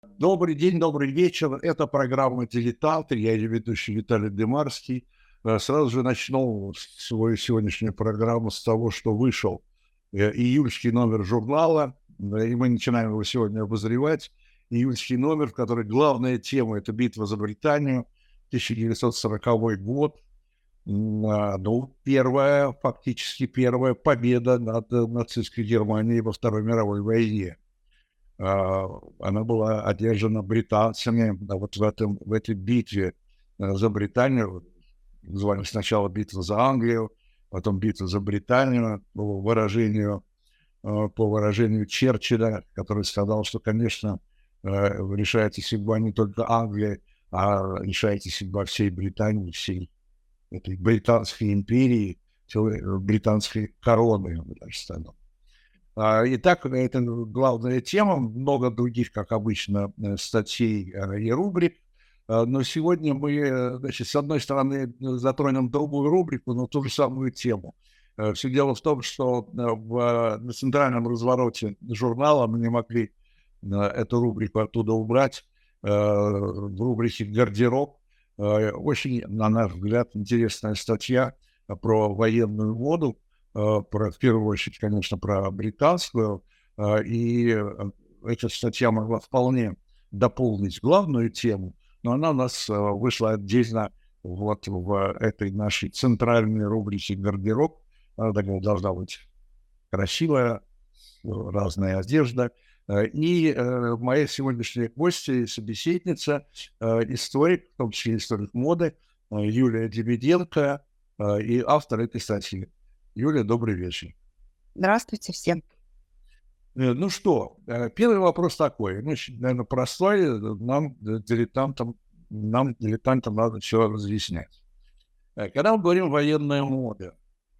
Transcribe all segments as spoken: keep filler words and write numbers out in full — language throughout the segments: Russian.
Добрый день, добрый вечер. Это программа «Дилетант». Я ее ведущий Виталий Демарский. Э, Сразу же начну с- свою сегодняшнюю программу с того, что вышел э, июльский номер журнала, э, и мы начинаем его сегодня обозревать. Июльский номер, в котором главная тема — это битва за Британию, тысяча девятьсот сороковой год. М, а, Ну, первая, фактически первая победа над э, нацистской Германией во Второй мировой войне. А, она была одержана британцами, да, вот в этом в этой битве, э, за Британию. Называли сначала битва за Англию, потом битва за Британию, по выражению, э, по выражению Черчилля, который сказал, что, конечно, э, решается судьба не только Англии, а решается судьба всей Британии, всей этой британской империи, целой э, британской короны, я бы даже сказал. А, Итак, это главная тема. Много других, как обычно, э, статей э, и рубрик. А, Но сегодня мы, э, значит, с одной стороны, э, затронем другую рубрику, но ту же самую тему. Все дело в том, что э, в, э, на центральном развороте журнала мы не могли э, эту рубрику оттуда убрать. Э, В рубрике «Гардероб» э, очень, на наш взгляд, интересная статья э, про военную моду. Э, про, в первую очередь, конечно, про британскую, э, и э, эта статья могла вполне дополнить главную тему, но она у нас э, вышла отдельно вот в этой нашей центральной рубрике «Гардероб». Она такая должна быть красивая, э, разная одежда. Э, И э, моя сегодняшняя гостья и собеседница, э, историк, в том числе историк моды, э, Юлия Демиденко, э, и автор этой статьи. Юлия, добрый вечер. Здравствуйте всем. Э, Ну что, э, первый вопрос такой, ну, наверное, простой, э, нам, э, дилетантам, нам, дилетантам, надо все разъяснять. Э, Когда мы говорим военная мода,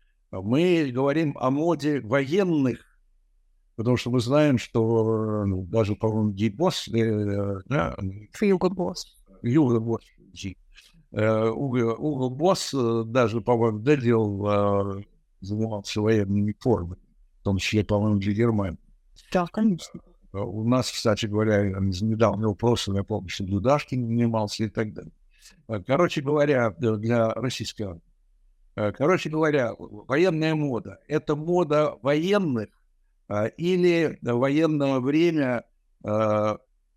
мы говорим о моде военных, потому что мы знаем, что э, ну, даже, по-моему, Гейбос, э, да, Hugo Boss. Юга Босс, Зи, э, Уго Уго Босс, э, даже, по-моему, да, делал, э, занимался военными формами, в том числе, по-моему, для Германии. Да, конечно. Э, У нас, кстати говоря, из недавнего прошлого, я помню, что Дудашкин занимался и так далее. Э, Короче говоря, э, для российской армии. Э, Короче говоря, военная мода — это мода военных, э, или военное время э,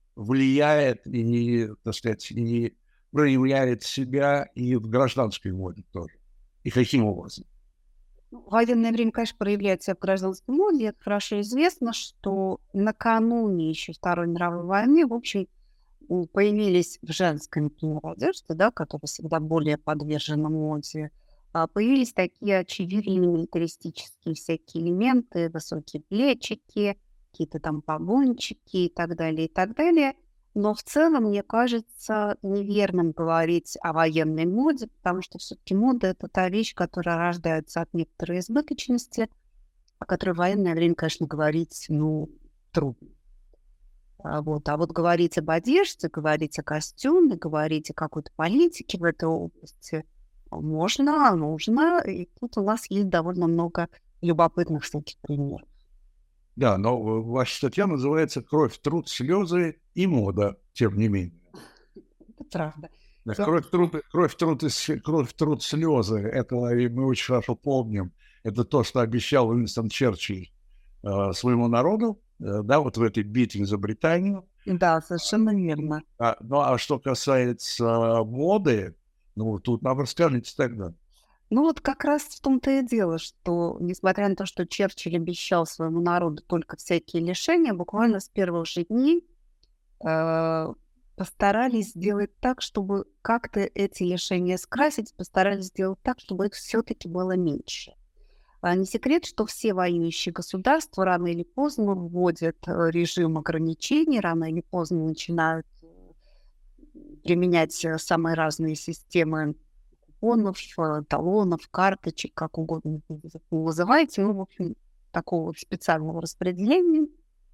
влияет и, так сказать, и проявляет себя и в гражданской моде тоже. И каким образом? Ну, в военное время, конечно, проявляет себя в гражданской моде. Это хорошо известно, что накануне еще Второй мировой войны, в общем, м, появились в женской, например, одежде, да, которая всегда более подвержена моде, а, появились такие очевидные милитаристические всякие элементы, высокие плечики, какие-то там погончики и так далее, и так далее. Но в целом, мне кажется, неверным говорить о военной моде, потому что все-таки мода — это та вещь, которая рождается от некоторой избыточности, о которой в военное время, конечно, говорить, ну, трудно. А вот, а вот говорить об одежде, говорить о костюме, говорить о какой-то политике в этой области можно, нужно. И тут у нас есть довольно много любопытных всяких примеров. Да, но э, ваша статья называется «Кровь, труд, слезы и мода», тем не менее. Это правда. Да, Дело кровь, труд, кровь, труд, и с- кровь, труд, слезы. Это и мы очень хорошо помним. Это то, что обещал Уинстон Черчилль э, своему народу, э, да, вот в этой битве за Британию. Да, совершенно верно. А, ну, а что касается моды, ну, тут нам расскажите тогда. Ну вот как раз в том-то и дело, что несмотря на то, что Черчилль обещал своему народу только всякие лишения, буквально с первых же дней э, постарались сделать так, чтобы как-то эти лишения скрасить, постарались сделать так, чтобы их все-таки было меньше. А не секрет, что все воюющие государства рано или поздно вводят э, режим ограничений, рано или поздно начинают э, применять э, самые разные системы купонов, э, талонов, карточек, как угодно вы называете, ну, в общем, такого вот специального распределения.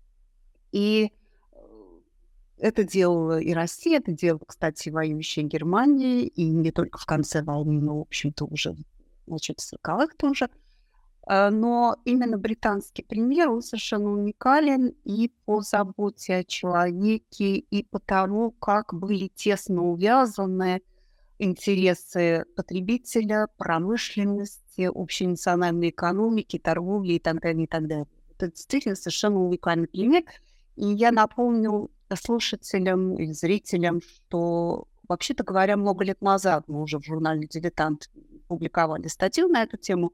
И э, это делала и Россия, это делала, кстати, воюющая Германия, и не только в конце войны, но, в общем-то, уже, значит, в сороковых тоже. Э, Но именно британский пример, он совершенно уникален и по заботе о человеке, и по тому, как были тесно увязаны интересы потребителя, промышленности, общенациональной экономики, торговли и так далее, и так далее. Это действительно совершенно уникальный пример. И я напомню слушателям и зрителям, что, вообще-то говоря, много лет назад мы уже в журнале «Дилетант» публиковали статью на эту тему.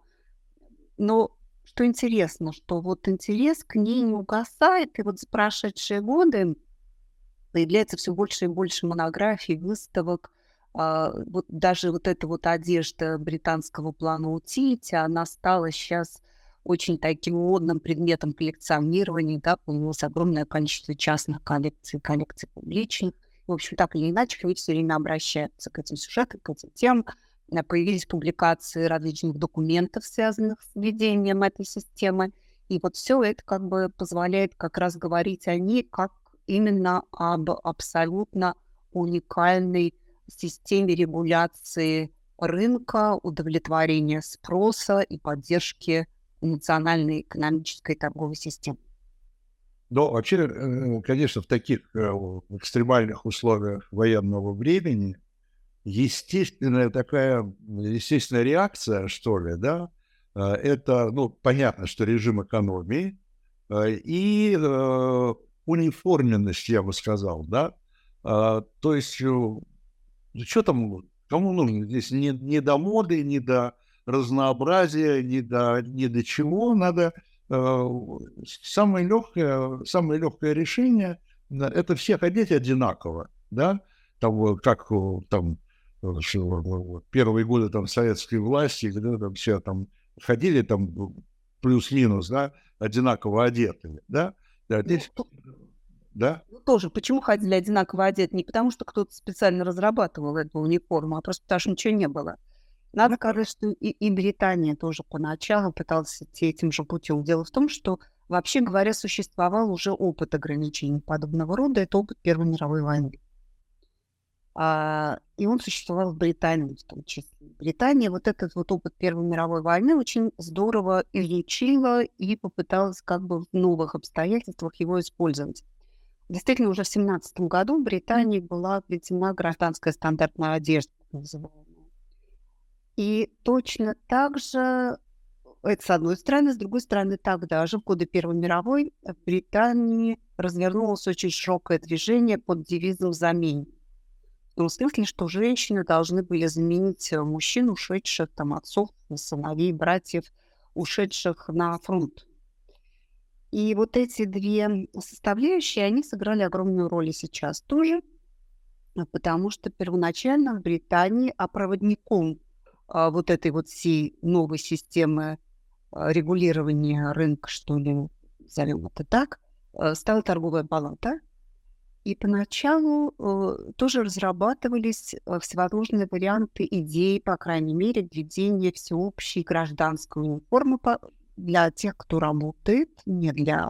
Но что интересно, что вот интерес к ней не угасает, и вот за прошедшие годы появляется все больше и больше монографий, выставок. А, вот даже вот эта вот одежда британского плана утилити, она стала сейчас очень таким модным предметом коллекционирования, да, появилось огромное количество частных коллекций, коллекций публичных. В общем, так или иначе, люди все время обращаются к этим сюжетам, к этим темам. Э, Появились публикации различных документов, связанных с введением этой системы. И вот все это как бы позволяет как раз говорить о ней как именно об абсолютно уникальной системе регуляции рынка, удовлетворения спроса и поддержки национальной экономической и торговой системы. Но вообще, э, конечно, в таких э, в экстремальных условиях военного времени естественная такая, естественная реакция, что ли, да, э, это, ну, понятно, что режим экономии э, и э, униформенность, я бы сказал, да. А, то есть, что там, кому нужно здесь не, не до моды, не до разнообразия, не до, не до чего, надо э, самое легкое, самое легкое решение э, это всех одеть одинаково, да, там, вот как э, там э, что, э, первые годы там советской власти, когда там все там ходили там плюс-минус, да, одинаково одетые, да, да, Ну, здесь, да. Ну, тоже, почему ходили одинаково одеты? Не потому, что кто-то специально разрабатывал эту униформу, а просто потому, что ничего не было. Надо Ну, сказать, что и, и Британия тоже поначалу пыталась идти этим же путем. Дело в том, что, вообще говоря, существовал уже опыт ограничений подобного рода. Это опыт Первой мировой войны. А, и он существовал в Британии в том числе. Британия вот этот вот опыт Первой мировой войны очень здорово изучила и попыталась как бы в новых обстоятельствах его использовать. Действительно, уже в семнадцатом году в Британии была введена гражданская стандартная одежда, так называемая. И точно так же, это с одной стороны, с другой стороны, тогда же, в годы Первой мировой, в Британии развернулось очень широкое движение под девизом «Замене». В том смысле, что женщины должны были заменить э, мужчин, ушедших, там, отцов, сыновей, братьев, ушедших на фронт. И вот эти две составляющие, они сыграли огромную роль и сейчас тоже, а, потому что первоначально в Британии, а проводником а, вот этой вот всей новой системы а, регулирования рынка, что ли, назовем это так, а, стала торговая палата. И поначалу э, тоже разрабатывались э, всевозможные варианты идей, по крайней мере, введения всеобщей гражданской униформы по- для тех, кто работает, не для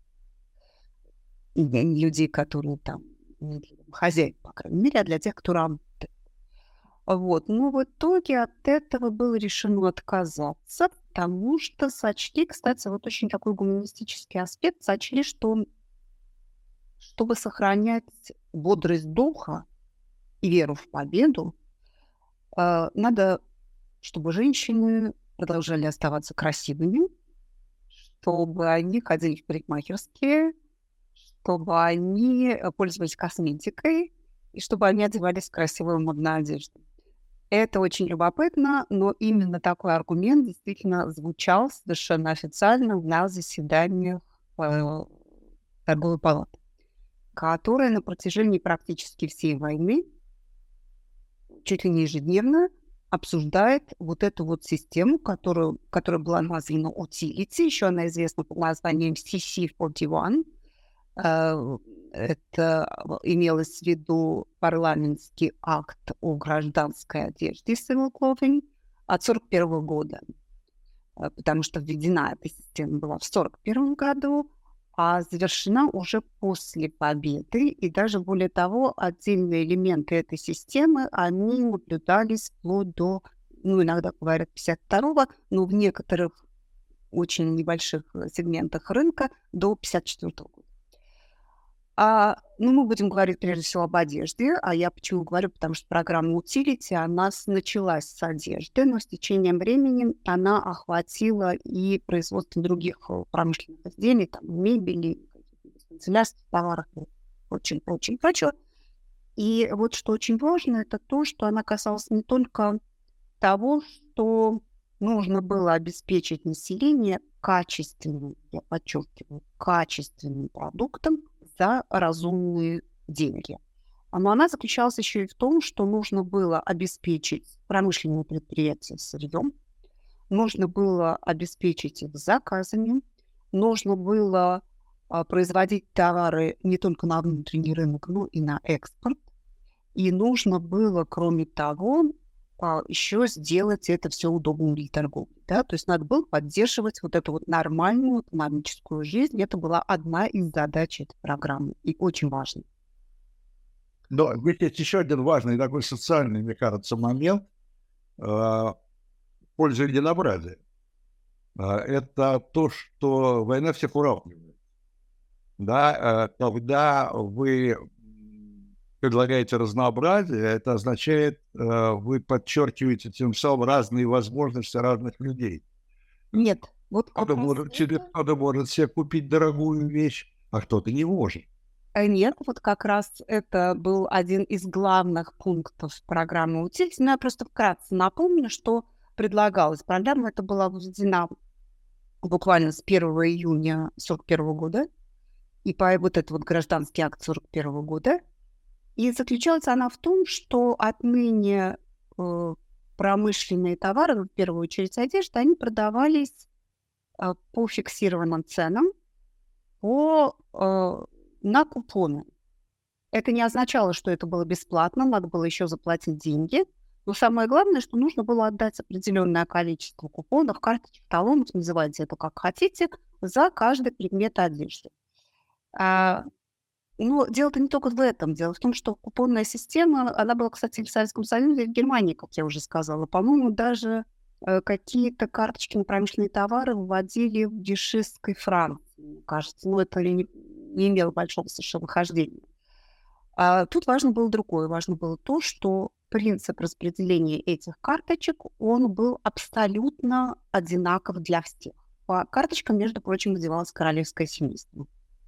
не- не людей, которые там не для хозяев, по крайней мере, а для тех, кто работает. Вот. Но в итоге от этого было решено отказаться, потому что сочли, кстати, вот очень такой гуманистический аспект, сочли, что чтобы сохранять бодрость духа и веру в победу, а, надо, чтобы женщины продолжали оставаться красивыми, чтобы они ходили в парикмахерские, чтобы они э, пользовались косметикой и чтобы они одевались в красивую модную одежду. Это очень любопытно, но именно такой аргумент действительно звучал совершенно официально на заседаниях э, торговой палаты, которая на протяжении практически всей войны чуть ли не ежедневно обсуждает вот эту вот систему, которую, которая была названа Utility, еще она известна под названием си си сорок один. Э, Это имелось в виду парламентский акт о гражданской одежде civil clothing от сорок первого года, э, потому что введена эта система была в сорок первом году, а завершена уже после победы. И даже более того, отдельные элементы этой системы, они наблюдались вплоть до, ну, иногда говорят, пятьдесят второго, но в некоторых очень небольших сегментах рынка до пятьдесят четвёртого года. А, ну, мы будем говорить прежде всего об одежде, а я почему говорю, потому что программа Utility, она с- началась с одежды, но с течением времени она охватила и производство других э, промышленных изделий, там, мебели, канцелярских товаров и очень, очень прочего. И вот что очень важно, это то, что она касалась не только того, что нужно было обеспечить население качественным, я подчеркиваю, качественным продуктом за разумные деньги. А, Но она заключалась еще и в том, что нужно было обеспечить промышленные предприятия сырьем, нужно было обеспечить их заказами, нужно было а, производить товары не только на внутренний рынок, но и на экспорт. И нужно было, кроме того, а, еще сделать это все удобным для торговли. Да? То есть надо было поддерживать вот эту вот нормальную экономическую жизнь. Это была одна из задач этой программы. И очень важно. Но ведь есть еще один важный такой социальный, мне кажется, момент э, в пользу единообразия. Э, Это то, что война всех уравнивает. Да, э, когда вы м, предлагаете разнообразие, это означает, э, вы подчеркиваете тем самым разные возможности разных людей. Нет, вот как Кто-то раз может, себе, это... кто-то может себе купить дорогую вещь, а кто-то не может. э, Нет, вот как раз это был один из главных пунктов программы Utility. Но я просто вкратце напомню, что предлагалось. Программа эта была введена буквально с первого июня сорок первого года. И по вот этот вот гражданский акт сорок первого года. И заключалась она в том, что отныне э, промышленные товары, ну, в первую очередь одежда, они продавались э, по фиксированным ценам, по, э, на купоны. Это не означало, что это было бесплатно, надо было еще заплатить деньги. Но самое главное, что нужно было отдать определенное количество купонов, карточек, талонов, называйте это как хотите, за каждый предмет одежды. А, Но дело-то не только в этом. Дело в том, что купонная система, она была, кстати, в Советском Союзе и в Германии, как я уже сказала. По-моему, даже э, какие-то карточки на промышленные товары вводили в Вишистской Франции, мне кажется. Ну, это не, не имело большого совершенно хождения. А тут важно было другое. Важно было то, что принцип распределения этих карточек, он был абсолютно одинаков для всех. По карточкам, между прочим, надевалось королевское семейство.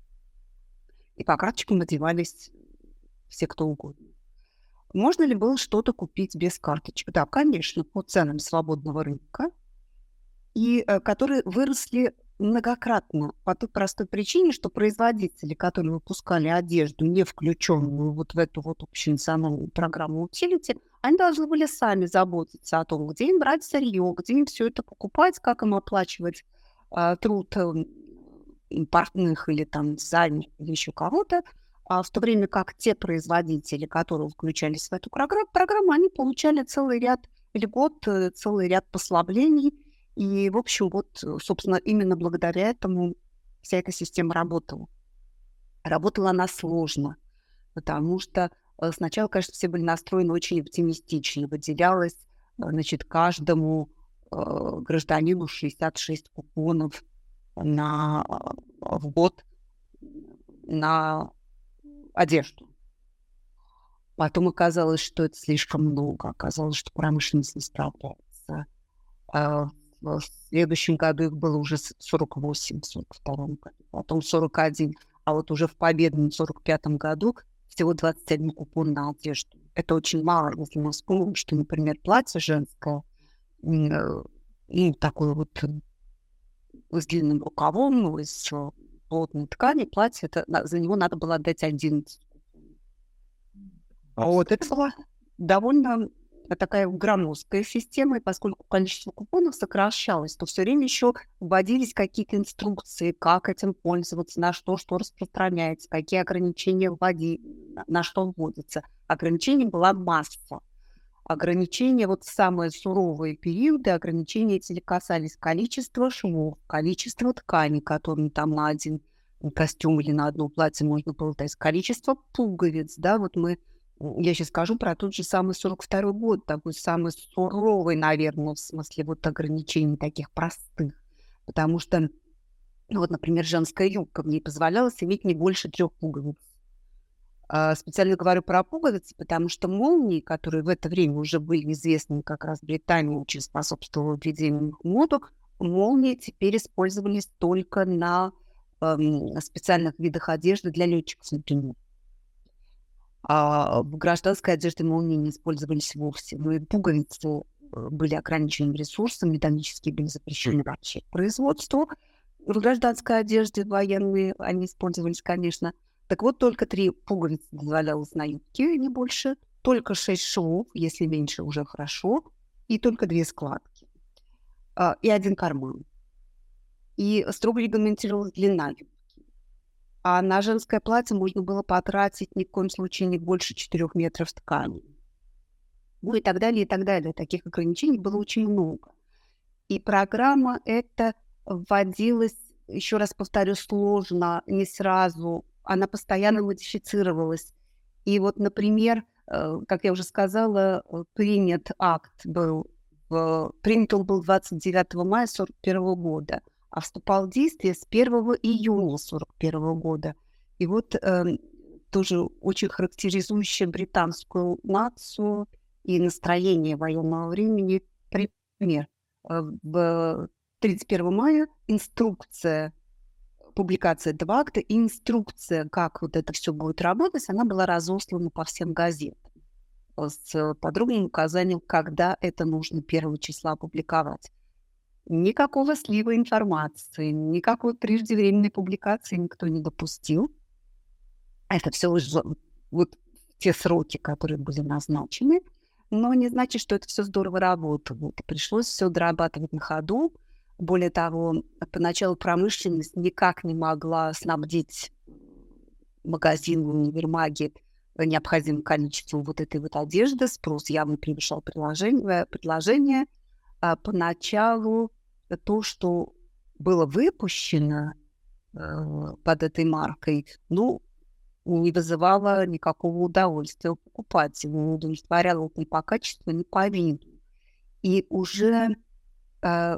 И по карточкам надевались все кто угодно. Можно ли было что-то купить без карточек? Да, конечно, по ценам свободного рынка, и э, которые выросли многократно по той простой причине, что производители, которые выпускали одежду, не включенную вот в эту вот общенациональную программу Utility, они должны были сами заботиться о том, где им брать сырье, где им все это покупать, как им оплачивать э, труд э, портных или там дизайнеров или еще кого-то, а в то время как те производители, которые включались в эту программу, программу, они получали целый ряд льгот, э, целый ряд послаблений. И, в общем, вот, э, собственно, именно благодаря этому вся эта система работала. Работала она сложно, потому что э, сначала, конечно, все были настроены очень оптимистично. Выделялось, э, значит, каждому э, гражданину шестьдесят шесть купонов на, э, в год на одежду. Потом оказалось, что это слишком много. Оказалось, что промышленность не справляется. А В следующем году их было уже с- сорок восемь, в сорок втором году, потом сорок один. А вот уже в победном сорок пятом году всего двадцать один купон на одежду. Это очень мало, если мы вспомним, что, например, платье женское, м, э, ну, такое вот э, с длинным рукавом, ну, из э, плотной ткани, платье, это, на- за него надо было отдать одиннадцать. А Вот, это была довольно такая громоздкая система, и поскольку количество купонов сокращалось, то все время еще вводились какие-то инструкции, как этим пользоваться, на что что распространяется, какие ограничения вводи, на на что вводится. Ограничений была масса. Ограничения, вот в самые суровые периоды, ограничения эти касались количества швов, количества ткани, которые там на один костюм или на одно платье можно было дать, количество пуговиц, да, вот мы, м, я сейчас скажу про тот же самый сорок второй год, такой самый суровый, наверное, в смысле вот ограничений таких простых, потому что, ну вот, например, женская юбка мне позволялось иметь не больше трех пуговиц. А, специально говорю про пуговицы, потому что молнии, которые в это время уже были известны как раз в Британии, очень способствовало введению их в моду, молнии теперь использовались только на эм, специальных видах одежды для летчиков, например. А в гражданской одежде молнии не использовались вовсе. Ну и пуговицы э, были ограниченным ресурсом, металлические были запрещены вообще к производству. В гражданской одежде военные они использовались, конечно. Так вот, только три пуговицы дозволялось на юбке, не больше. Только шесть швов, если меньше, уже хорошо. И только две складки. А, и один карман. И строго регламентировалась длина юбки. А на женское платье можно было потратить ни в коем случае не больше четырех метров ткани. Ну и так далее, и так далее. Таких ограничений было очень много. И программа эта вводилась, еще раз повторю, сложно, не сразу. Она постоянно модифицировалась. И вот, например, э, как я уже сказала, э, принят акт был, в- принят он был двадцать девятого мая сорок первого года, а вступал в действие с первого июня сорок первого года. И вот э, тоже очень характеризующее британскую нацию и настроение военного времени пример. Э, В тридцать первого мая инструкция, публикация этого акта и инструкция, как вот это все будет работать, она была разослана по всем газетам с подробным указанием, когда это нужно первого числа опубликовать. Никакого слива информации, никакой преждевременной публикации никто не допустил. Это все уже вот те сроки, которые были назначены, но не значит, что это все здорово работало. Пришлось все дорабатывать на ходу. Более того, поначалу промышленность никак не могла снабдить магазины, универмаги необходимым количеством вот этой вот одежды. Спрос явно превышал предложение. предложение. А поначалу то, что было выпущено э, под этой маркой, ну, не вызывало никакого удовольствия у покупателя, не удовлетворяло ни по качеству, ни по виду. И уже э,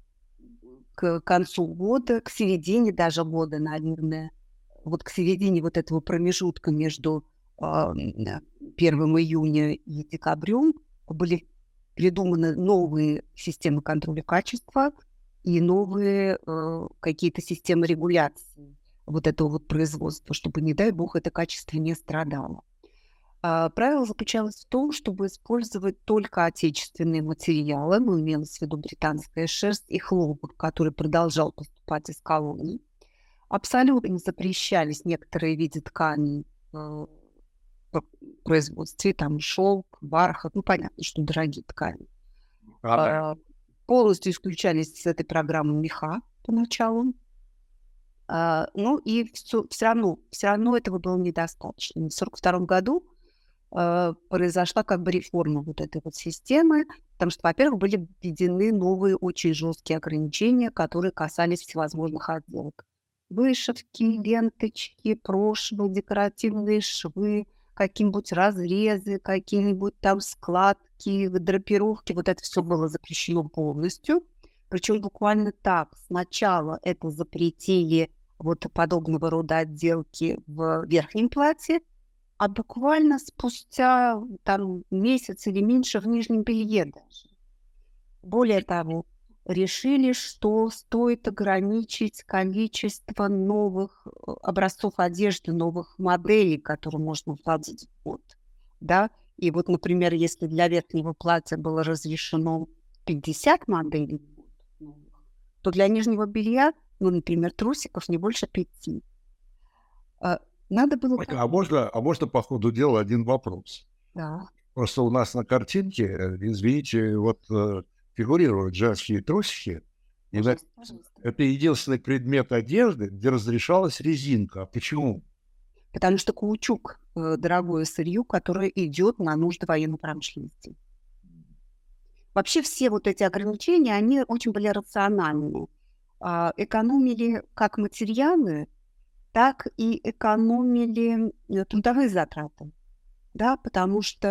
к концу года, к середине даже года, наверное, вот к середине вот этого промежутка между э, первого июня и декабрем были придуманы новые системы контроля качества и новые э, какие-то системы регуляции вот этого вот производства, чтобы, не дай бог, это качество не страдало. А правило заключалось в том, чтобы использовать только отечественные материалы, ну, имелось в виду британская шерсть и хлопок, который продолжал поступать из колоний. Абсолютно запрещались некоторые виды тканей э, в производстве, там шелк, бархат, ну, понятно, что дорогие ткани. А, А, полностью исключались с этой программы меха поначалу. А, ну и все, все равно, все равно этого было недостаточно. В сорок втором году а, произошла как бы реформа вот этой вот системы, потому что, во-первых, были введены новые очень жесткие ограничения, которые касались всевозможных отделок. Вышивки, ленточки, прошивы, декоративные швы, какие-нибудь разрезы, какие-нибудь там складки, драпировки. Вот это все было запрещено полностью. Причем буквально так. Сначала это запретили вот подобного рода отделки в верхнем платье, а буквально спустя там месяц или меньше в нижнем белье даже. Более того, решили, что стоит ограничить количество новых э, образцов одежды, новых моделей, которые можно вводить в год. Да? И вот, например, если для верхнего платья было разрешено пятьдесят моделей в год новых, то для нижнего белья, ну, например, трусиков не больше пяти. А, Надо было... Ольга, а можно, а можно по ходу дела один вопрос? Да. Просто у нас на картинке, э, извините, вот э, фигурируют женские трусики. И на- Пожалуйста, пожалуйста. это единственный предмет одежды, где разрешалась резинка. А почему? Потому что каучук э, дорогое сырье, которое идет на нужды военной промышленности. Вообще все вот эти ограничения, они очень были рациональны. А, экономили как материалы, так и экономили э, трудовые затраты. Да, потому что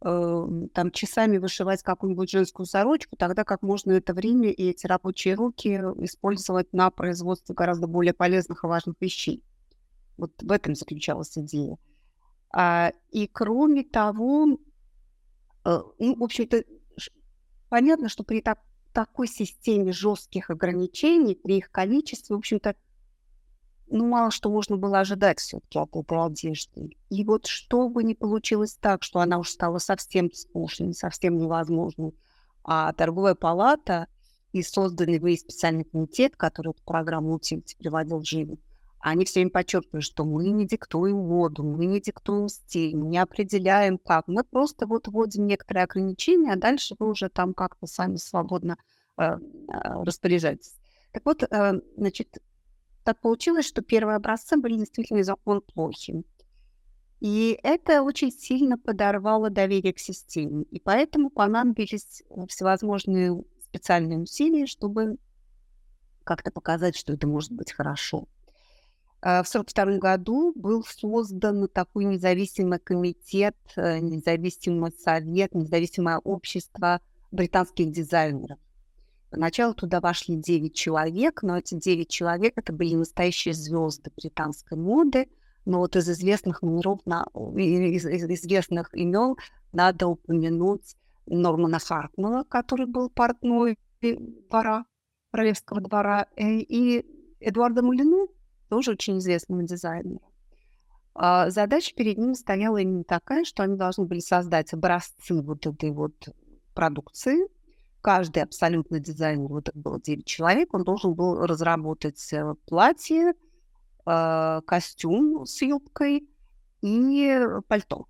э, там часами вышивать какую-нибудь женскую сорочку, тогда как можно это время и эти рабочие руки использовать на производстве гораздо более полезных и важных вещей. Вот в этом заключалась идея. А, и кроме того, э, ну, в общем-то, ш- понятно, что при так- такой системе жестких ограничений, при их количестве, в общем-то, ну, мало что можно было ожидать все-таки от этой одежды. И вот чтобы не получилось так, что она уж стала совсем скучной, совсем невозможной, а торговая палата и созданный в ей специальный комитет, который эту программу утилити приводил в жизнь, они все время подчеркивали, что мы не диктуем моду, мы не диктуем стиль, мы не определяем как. Мы просто вот вводим некоторые ограничения, а дальше вы уже там как-то сами свободно э, э, распоряжаетесь. Так вот, э, значит, так получилось, что первые образцы были действительно из окон плохи. И это очень сильно подорвало доверие к системе. И поэтому понадобились э, всевозможные специальные усилия, чтобы как-то показать, что это может быть хорошо. А В сорок втором году был создан такой независимый комитет, э, независимый совет, независимое общество британских дизайнеров. Поначалу туда вошли девять человек, но эти девять человек это были настоящие звезды британской моды. Но вот из известных номеров, на, из, из известных имен надо упомянуть Нормана Хартмана, который был портной двора, королевского двора, э, и Эдуарда Мулину, тоже очень известного дизайнера. А задача перед ними стояла именно такая, что они должны были создать образцы вот этой вот продукции. Каждый абсолютно дизайнер, вот это было девять человек, он должен был разработать э, платье, э, костюм с юбкой и пальто.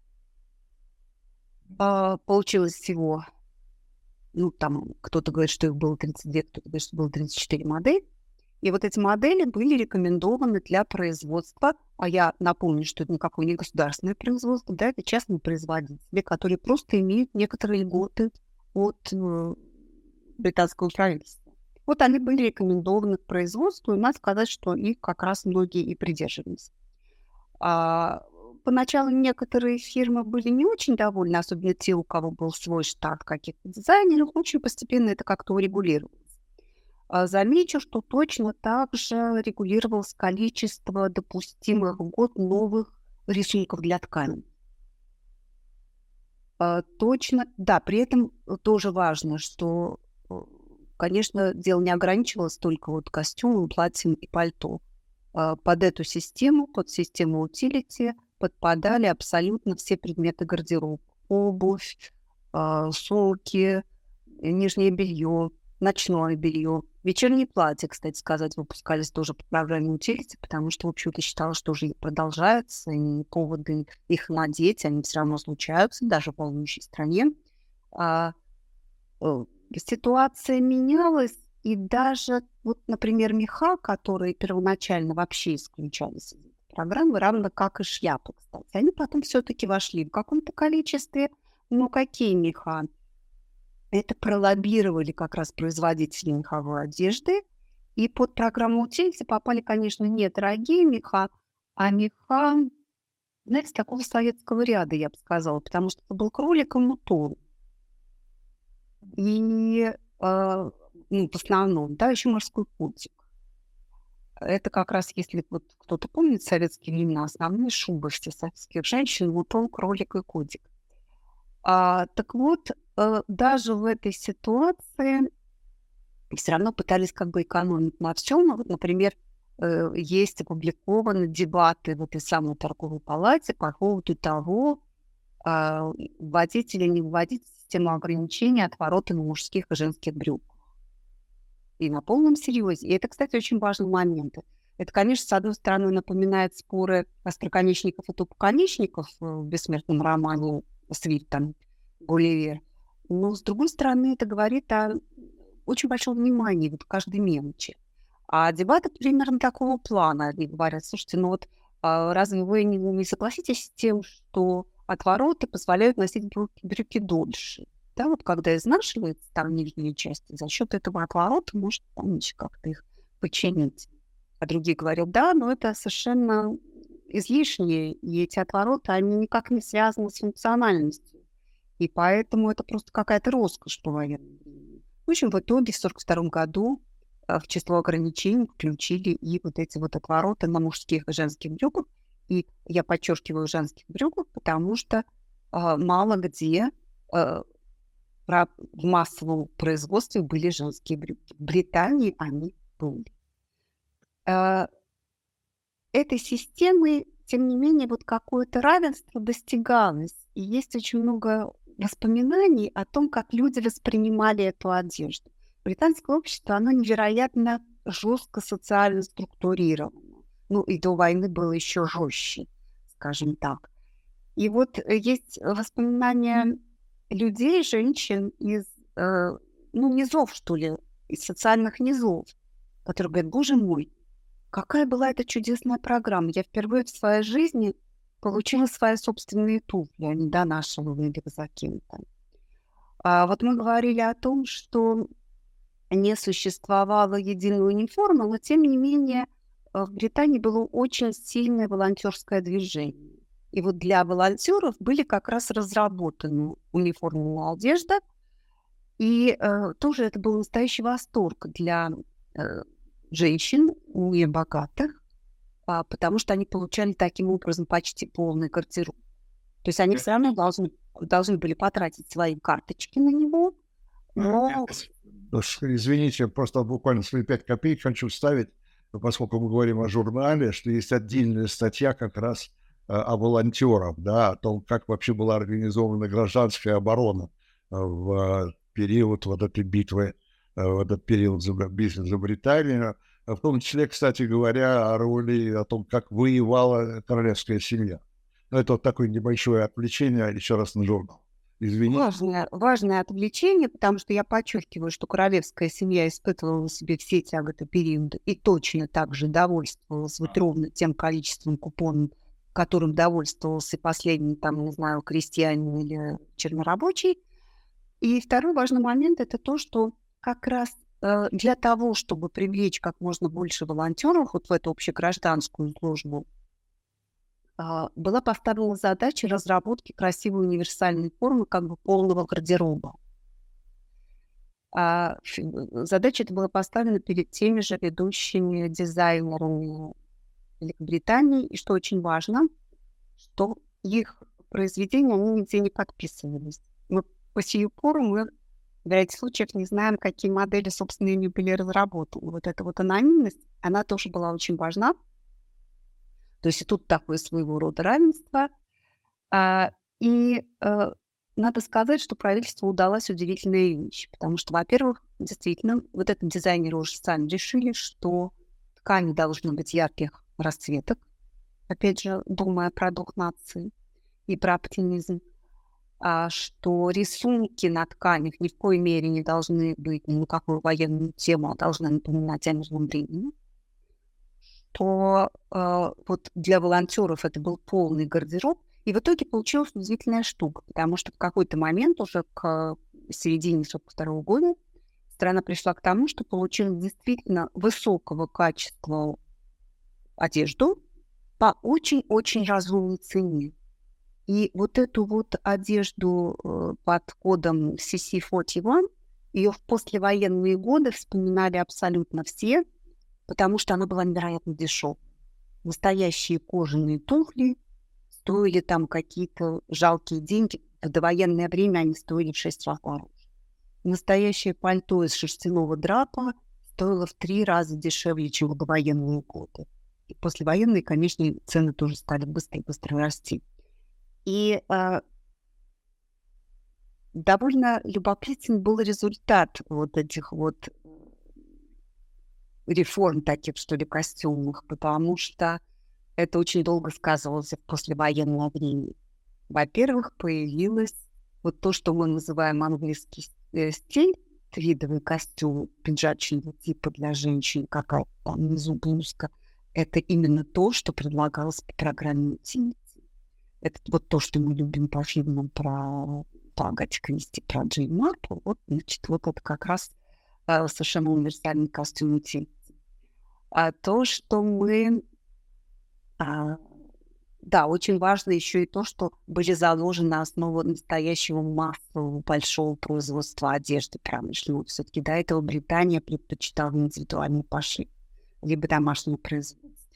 А, Получилось всего, ну, там, кто-то говорит, что их было тридцать две, кто-то говорит, что было тридцать четыре модели. И вот эти модели были рекомендованы для производства, а я напомню, что это никакое не государственное производство, да, это частные производители, которые просто имеют некоторые льготы от э, британского правительства. Вот они были рекомендованы к производству, и надо сказать, что их как раз многие и придерживались. А, поначалу некоторые фирмы были не очень довольны, особенно те, у кого был свой штат каких-то дизайнеров, очень постепенно это как-то урегулировалось. А, Замечу, что точно так же регулировалось количество допустимых в год новых рисунков для ткани. А, Точно, да, при этом тоже важно, что, э, конечно, дело не ограничивалось только вот костюмом, платьем и пальто. А, Под эту систему, под систему утилити подпадали абсолютно все предметы гардероба. Обувь, а, сумки, э, нижнее белье, ночное белье. Вечерние платья, кстати сказать, выпускались тоже по программе утилити, потому что, в общем-то, считалось, что жизнь продолжается, и поводы их надеть, они все равно случаются, даже в волнующей стране. А, э, Ситуация менялась, и даже, вот, например, меха, которые первоначально вообще исключались из этой программы, равно как и шляпы, кстати, они потом все-таки вошли в каком-то количестве. Ну, какие меха? Это пролоббировали как раз производители меховой одежды, и под программу утилити попали, конечно, не дорогие меха, а меха, знаете, такого советского ряда, я бы сказала, потому что это был кролик и мутон. И, э, ну, в основном, да, еще морской котик. Это как раз, если вот кто-то помнит советские времена, основные шубы все советских женщин, мутон, кролик и котик. А, так вот, э, даже в этой ситуации все равно пытались как бы экономить на всем. Вот, например, э, есть опубликованы дебаты в этой самой торговой палате по поводу того, а, вводить или не вводить систему ограничений отворота на мужских и женских брюках. И на полном серьезе. И это, кстати, очень важный момент. Это, конечно, с одной стороны, напоминает споры остроконечников и тупоконечников в бессмертном романе Свифта Гулливер. Но, с другой стороны, это говорит о очень большом внимании вот к каждой мелочи. А дебаты примерно такого плана. Они говорят, слушайте, ну вот а, разве вы не, не согласитесь с тем, что отвороты позволяют носить брюки, брюки дольше? Да, вот когда изнашивается там нижние части, за счет этого отворота может там еще как-то их починить. А другие говорят, да, но это совершенно излишнее, и эти отвороты, они никак не связаны с функциональностью. И поэтому это просто какая-то роскошь по военному времени. В общем, в итоге в сорок втором году э, в число ограничений включили и вот эти вот отвороты на мужских и женских брюках. И я подчеркиваю женских брюках, потому что э, мало где э, в массовом производстве были женские брюки. В Британии они были. Э, этой системой, тем не менее, вот какое-то равенство достигалось. И есть очень много воспоминаний о том, как люди воспринимали эту одежду. Британское общество, оно невероятно жестко социально структурировано. Ну, и до войны было еще жестче, скажем так. И вот есть воспоминания людей, женщин из, э, ну, низов, что ли, из социальных низов, которые говорят: боже мой, какая была эта чудесная программа. Я впервые в своей жизни получила свои собственные туфли, они донашивали за кем-то. А вот мы говорили о том, что не существовало единой униформы, но тем не менее в Британии было очень сильное волонтерское движение. И вот для волонтеров были как раз разработаны униформенная одежда, и э, тоже это был настоящий восторг для э, женщин, не богатых, а, потому что они получали таким образом почти полный гардероб. То есть они все равно должны, должны были потратить свои карточки на него, но... Извините, просто буквально свои пять копеек хочу вставить, поскольку мы говорим о журнале, что есть отдельная статья как раз э, о волонтерах, да, о том, как вообще была организована гражданская оборона э, в период вот этой битвы, э, в этот период за, битвы за Британию, в том числе, кстати говоря, о роли, о том, как воевала королевская семья. Но это вот такое небольшое отвлечение, еще раз на журнал. Извините. Важное, важное отвлечение, потому что я подчеркиваю, что королевская семья испытывала в себе все тяготы периода и точно так же довольствовалась вот ровно тем количеством купонов, которым довольствовался последний, там, не знаю, крестьянин или чернорабочий. И второй важный момент – это то, что как раз э, для того, чтобы привлечь как можно больше волонтеров вот в эту общегражданскую службу, была поставлена задача разработки красивой универсальной формы как бы полного гардероба. А задача эта была поставлена перед теми же ведущими дизайнерами Великобритании, и что очень важно, что их произведения, они нигде не подписывались. Мы по сию пору мы в ряде случаев не знаем, какие модели, собственно, ими были разработаны. Вот эта вот анонимность, она тоже была очень важна. То есть и тут такое своего рода равенство. А, и а, надо сказать, что правительству удалась удивительная вещь, потому что, во-первых, действительно, вот это дизайнеры уже сами решили, что ткани должны быть ярких расцветок, опять же, думая про дух нации и про оптимизм, а, что рисунки на тканях ни в коей мере не должны быть ни на какую военную тему, а должны напоминать о мирном времени. То э, вот для волонтеров это был полный гардероб. И в итоге получилась удивительная штука, потому что в какой-то момент, уже к середине сорок второго года, страна пришла к тому, что получила действительно высокого качества одежду по очень-очень разумной цене. И вот эту вот одежду э, под кодом си си сорок один, ее в послевоенные годы вспоминали абсолютно все, потому что она была невероятно дешевой. Настоящие кожаные туфли стоили там какие-то жалкие деньги. В довоенное время они стоили в шесть раз дороже. Настоящее пальто из шерстяного драпа стоило в три раза дешевле, чем в довоенные годы. И послевоенные, конечно, цены тоже стали быстро-быстро расти. И э, довольно любопытен был результат вот этих вот реформ таких, что ли, костюмных, потому что это очень долго сказывалось в послевоенное время. Во-первых, появилось вот то, что мы называем английский стиль, твидовый костюм пиджачного типа для женщин, какая-то там внизу блузка. Это именно то, что предлагалось по программе «Тимати». Это вот то, что мы любим по фильмам про, про Агату Кристи, про Джейн Марпл. Вот, значит, вот это как раз совершенно универсальный костюм Тимати. А то, что мы а, Да, очень важно еще и то, что были заложены основы настоящего массового большого производства одежды промышленного. Все-таки до этого Британия предпочитала индивидуальный пошив, либо домашнее производство.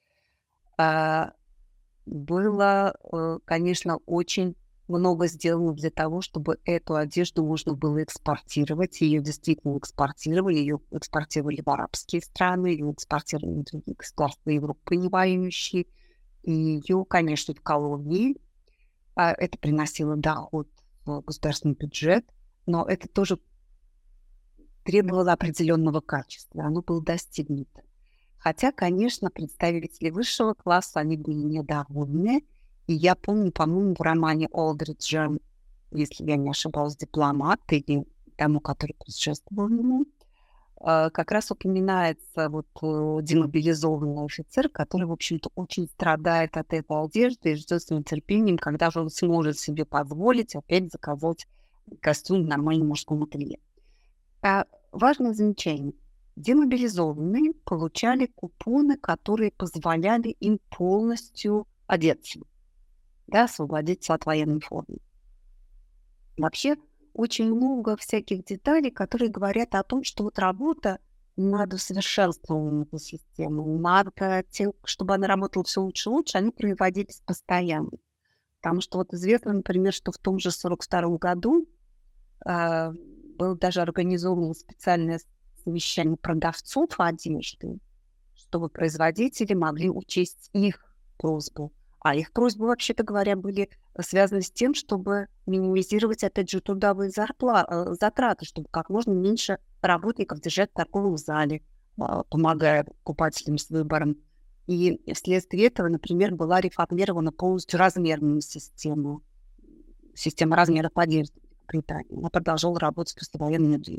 А, было, э, конечно, очень много сделано для того, чтобы эту одежду можно было экспортировать. Ее действительно экспортировали. Ее экспортировали в арабские страны, ее экспортировали в другие государства Европы, не воюющие. И ее, конечно, в колонии. А, это приносило доход в государственный бюджет, но это тоже требовало определенного качества. Оно было достигнуто. Хотя, конечно, представители высшего класса, они были недовольны. И я помню, по-моему, в романе Олдриджа, если я не ошибаюсь, «Дипломат» или тому, который предшествовал ему, э, как раз упоминается вот э, демобилизованный офицер, который, в общем-то, очень страдает от этой одежды и ждет с нетерпением, когда же он сможет себе позволить опять заказать костюм в нормальном мужском ателье. А, важное замечание. Демобилизованные получали купоны, которые позволяли им полностью одеться, да, освободиться от военной формы. Вообще, очень много всяких деталей, которые говорят о том, что вот работа над усовершенствованием этой системы, над тем, чтобы она работала все лучше и лучше, они производились постоянно. Потому что вот известно, например, что в том же сорок втором году э, было даже организовано специальное совещание продавцов одежды, чтобы производители могли учесть их просьбу. А их просьбы, вообще-то говоря, были связаны с тем, чтобы минимизировать, опять же, трудовые зарплаты, затраты, чтобы как можно меньше работников держать в торговом зале, помогая покупателям с выбором. И вследствие этого, например, была реформирована полностью размерная система, система размеров одежды в Британии. Она продолжала работать в послевоенное время.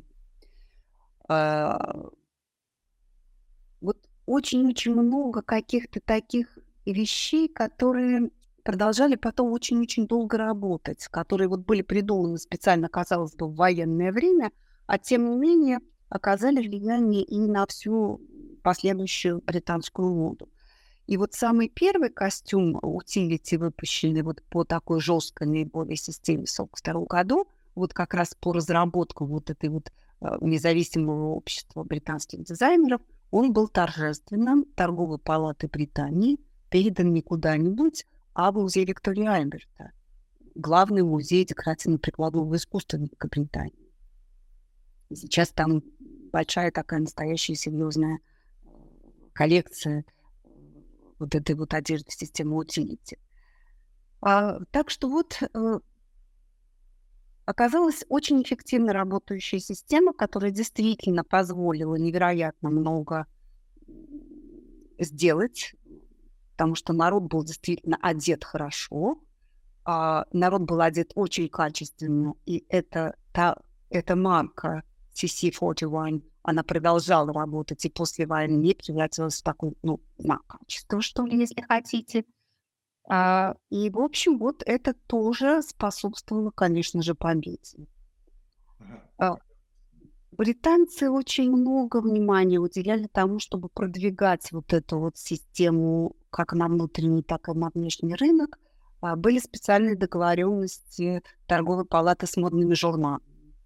Вот очень-очень много каких-то таких вещей, которые продолжали потом очень-очень долго работать, которые вот были придуманы специально, казалось бы, в военное время, а тем не менее оказали влияние и на всю последующую британскую моду. И вот самый первый костюм утилити, выпущенный вот по такой жесткой наиболее системе в сорок втором году, вот как раз по разработке вот этой вот независимого общества британских дизайнеров, он был торжественным торговой палатой Британии, передан не куда-нибудь, а в музей Виктории Альберта, главный музей декоративно-прикладного искусства Великобритании. И сейчас там большая такая настоящая серьезная коллекция вот этой вот одежды системы утилити. А, так что вот э, оказалась очень эффективно работающая система, которая действительно позволила невероятно много сделать, потому что народ был действительно одет хорошо, а народ был одет очень качественно, и это, та, эта марка си си сорок один, она продолжала работать и после войны превратилась в такой, ну, знак качества, что ли, если хотите. А, и, в общем, вот это тоже способствовало, конечно же, победе. А, британцы очень много внимания уделяли тому, чтобы продвигать вот эту вот систему как на внутренний, так и на внешний рынок. А, были специальные договоренности торговой палаты с модными журналами.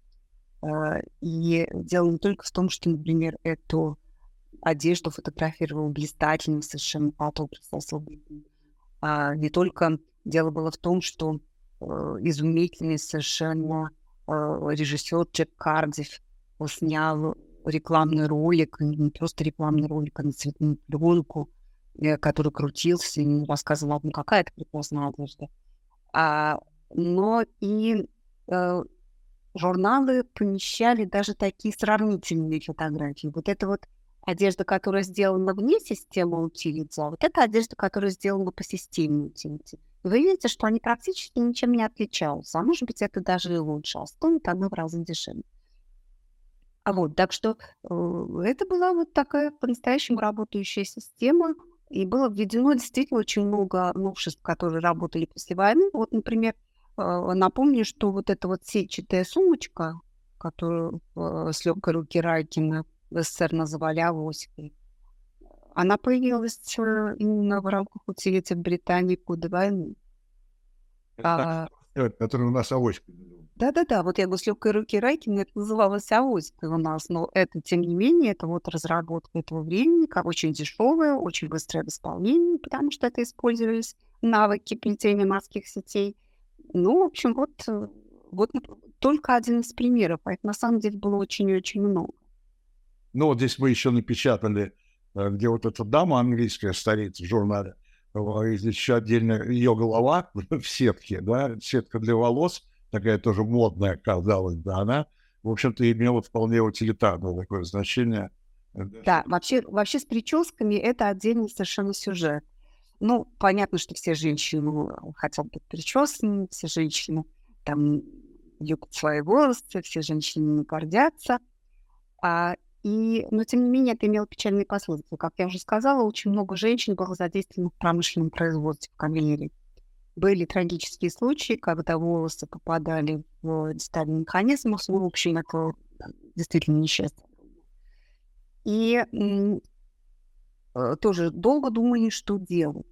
И дело не только в том, что, например, эту одежду фотографировал блистательный совершенно фотограф особенный. А не только дело было в том, что э, изумительный совершенно э, режиссер Джек Кардифф снял рекламный ролик, не просто рекламный ролик, а на цветную пленку, э, который крутился и рассказывал о том, какая это прекрасная одежда. А, но и э, журналы помещали даже такие сравнительные фотографии. Вот это вот одежда, которая сделана вне системы утилити, а вот это одежда, которая сделана по системе утилити. Вы видите, что они практически ничем не отличаются. А может быть, это даже и лучше, а стоит оно в разы дешевле. А вот, так что э, это была вот такая по-настоящему работающая система, и было введено действительно очень много новшеств, которые работали после войны. Вот, например, напомню, что вот эта вот сетчатая сумочка, которую э, с легкой руки Райкина в СССР называли авоськой, она появилась э, именно в рамках утилити в Британии в годы войны. Это А, который у нас авоська. Да-да-да, вот я говорю, с легкой руки Райкина это называлось авоськой у нас, но это, тем не менее, это вот разработка этого времени, как очень дешевая, очень быстрое восполнение, потому что это использовались навыки плетения морских сетей. Ну, в общем, вот, э, вот нап- только один из примеров, а это на самом деле было очень-очень много. Ну, вот здесь мы еще напечатали, э, где вот эта дама английская стоит в журнале, э, и здесь еще отдельно ее голова в сетке, да, сетка для волос, такая тоже модная, казалось бы, она, в общем-то, имела вполне утилитарное такое значение. Э, Да, вообще, вообще с прическами это отдельный совершенно сюжет. Ну, понятно, что все женщины э, хотят быть причесанными, все женщины там любят свои волосы, все женщины гордятся. А, и, но, тем не менее, это имело печальные последствия. Как я уже сказала, очень много женщин было задействовано в промышленном производстве, в конвейере. Были трагические случаи, когда волосы попадали в детали механизмов. Ну, в общем, это действительно несчастье. И м, э, тоже долго думали, что делать.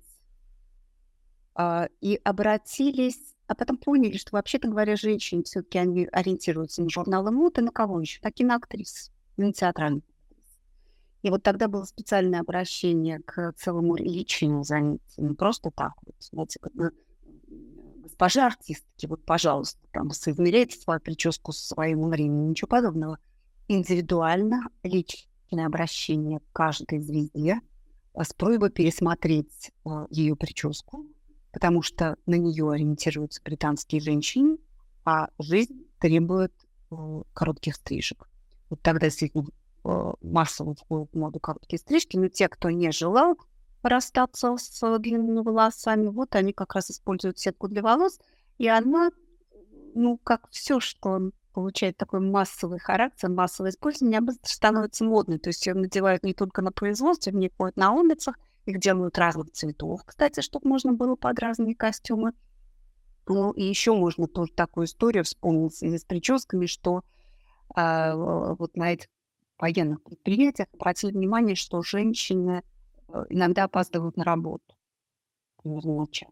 А, и обратились, а потом поняли, что, вообще-то говоря, женщины все-таки они ориентируются на журналы моды, на кого еще? Так и на актрис, на театральных. И вот тогда было специальное обращение к целому личному занятию, не просто так вот, знаете, как бы, госпожа артистки, вот, пожалуйста, там, соизмеряйте свою прическу со своим временем, ничего подобного. Индивидуально личное обращение к каждой звезде а, с просьбой пересмотреть а, ее прическу, потому что на нее ориентируются британские женщины, а жизнь требует а, коротких стрижек. Вот тогда действительно а, массово входят в моду короткие стрижки, но те, кто не желал расстаться с длинными волосами, вот они как раз используют сетку для волос, и она, ну, как все, что получает такой массовый характер, массовое использование, быстро становится модной. То есть ее надевают не только на производстве, в ней ходят на улицах, их делают разных цветов, кстати, чтобы можно было под разные костюмы. Ну, и еще можно тоже такую историю вспомнить с прическами, что а, вот на этих военных предприятиях обратили внимание, что женщины э, иногда опаздывают на работу, примерно на час.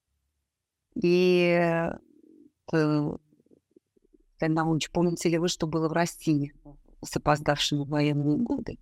И э, Тогда ночь, помните ли вы, что было в России с опоздавшими в военные годы?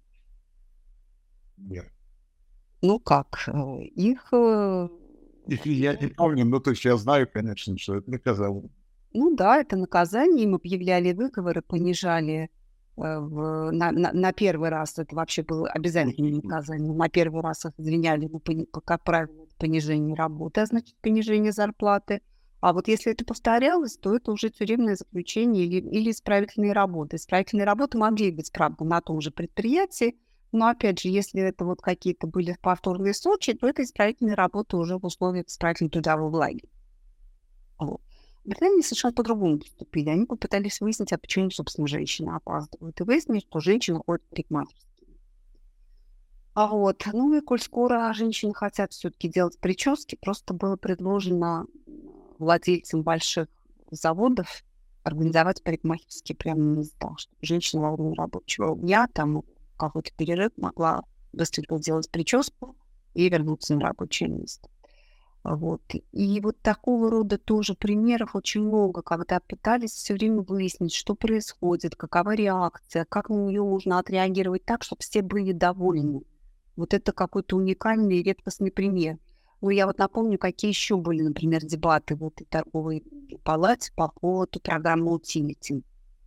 Нет. Ну как, э, их, э, И я не помню, ну, то есть я знаю, конечно, что это наказало. ну да, это наказание, им объявляли выговоры, понижали э, в- на, на- на первый раз, это вообще было обязательное наказание, на первый раз их извиняли, ну, пони- как правило, это понижение работы, а значит, понижение зарплаты. А вот если это повторялось, то это уже тюремное заключение или, или исправительные работы. Исправительные работы могли быть, правда, на том же предприятии, но, опять же, если это вот какие-то были повторные случаи, то это исправительные работы уже в условиях исправительного трудового лагеря. Вот. В Британии совершенно по-другому поступили. Они попытались выяснить, а почему, собственно, женщины опаздывают. И выяснили, что женщины ходят в парикмахерские. А вот, ну и коль скоро женщины хотят все-таки делать прически, просто было предложено владельцам больших заводов организовать парикмахерские прямо на местах, чтобы женщина во время рабочего дня, там какой-то перерыв могла быстренько сделать прическу и вернуться на рабочее место. Вот. И вот такого рода тоже примеров очень много, когда пытались все время выяснить, что происходит, какова реакция, как на нее можно отреагировать так, чтобы все были довольны. Вот это какой-то уникальный и редкостный пример. Ну, я вот напомню, какие еще были, например, дебаты в этой торговой палате по поводу программы утилити.